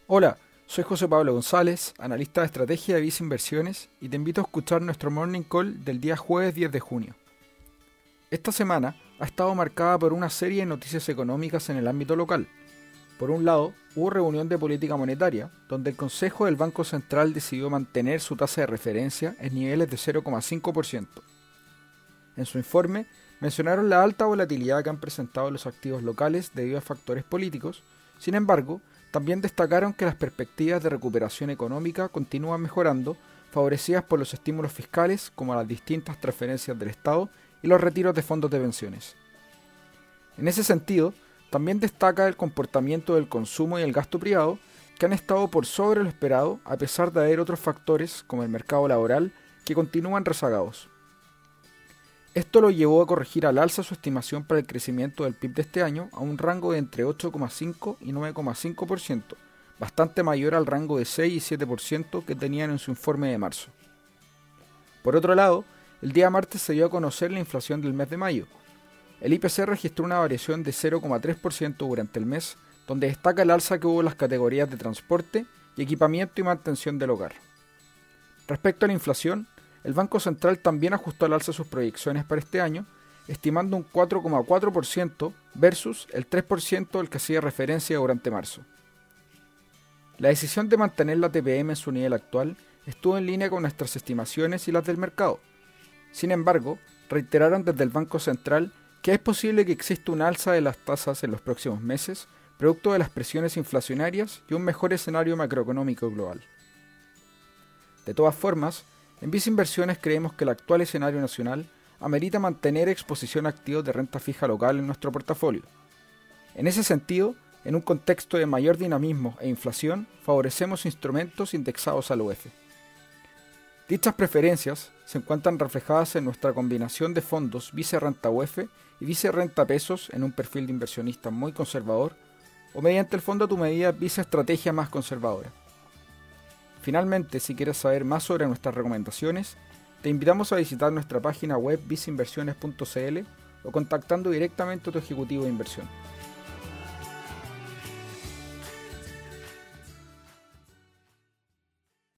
Hola, soy José Pablo González, analista de estrategia de Visa Inversiones, y te invito a escuchar nuestro Morning Call del día jueves 10 de junio. Esta semana ha estado marcada por una serie de noticias económicas en el ámbito local. Por un lado, hubo reunión de política monetaria, donde el Consejo del Banco Central decidió mantener su tasa de referencia en niveles de 0,5%. En su informe, mencionaron la alta volatilidad que han presentado los activos locales debido a factores políticos. Sin embargo, también destacaron que las perspectivas de recuperación económica continúan mejorando, favorecidas por los estímulos fiscales como las distintas transferencias del Estado y los retiros de fondos de pensiones. En ese sentido, también destaca el comportamiento del consumo y el gasto privado, que han estado por sobre lo esperado a pesar de haber otros factores como el mercado laboral que continúan rezagados. Esto lo llevó a corregir al alza su estimación para el crecimiento del PIB de este año a un rango de entre 8,5 y 9,5%, bastante mayor al rango de 6 y 7% que tenían en su informe de marzo. Por otro lado, el día martes se dio a conocer la inflación del mes de mayo. El IPC registró una variación de 0,3% durante el mes, donde destaca el alza que hubo en las categorías de transporte y equipamiento y mantención del hogar. Respecto a la inflación, el Banco Central también ajustó al alza sus proyecciones para este año, estimando un 4,4% versus el 3% al que hacía referencia durante marzo. La decisión de mantener la TPM en su nivel actual estuvo en línea con nuestras estimaciones y las del mercado. Sin embargo, reiteraron desde el Banco Central que es posible que exista un alza de las tasas en los próximos meses, producto de las presiones inflacionarias y un mejor escenario macroeconómico global. De todas formas, en Visa Inversiones creemos que el actual escenario nacional amerita mantener exposición a activos de renta fija local en nuestro portafolio. En ese sentido, en un contexto de mayor dinamismo e inflación, favorecemos instrumentos indexados al UF. Dichas preferencias se encuentran reflejadas en nuestra combinación de fondos Visa Renta UF y Visa Renta Pesos en un perfil de inversionista muy conservador, o mediante el fondo a tu medida Visa Estrategia más conservadora. Finalmente, si quieres saber más sobre nuestras recomendaciones, te invitamos a visitar nuestra página web visainversiones.cl o contactando directamente a tu ejecutivo de inversión.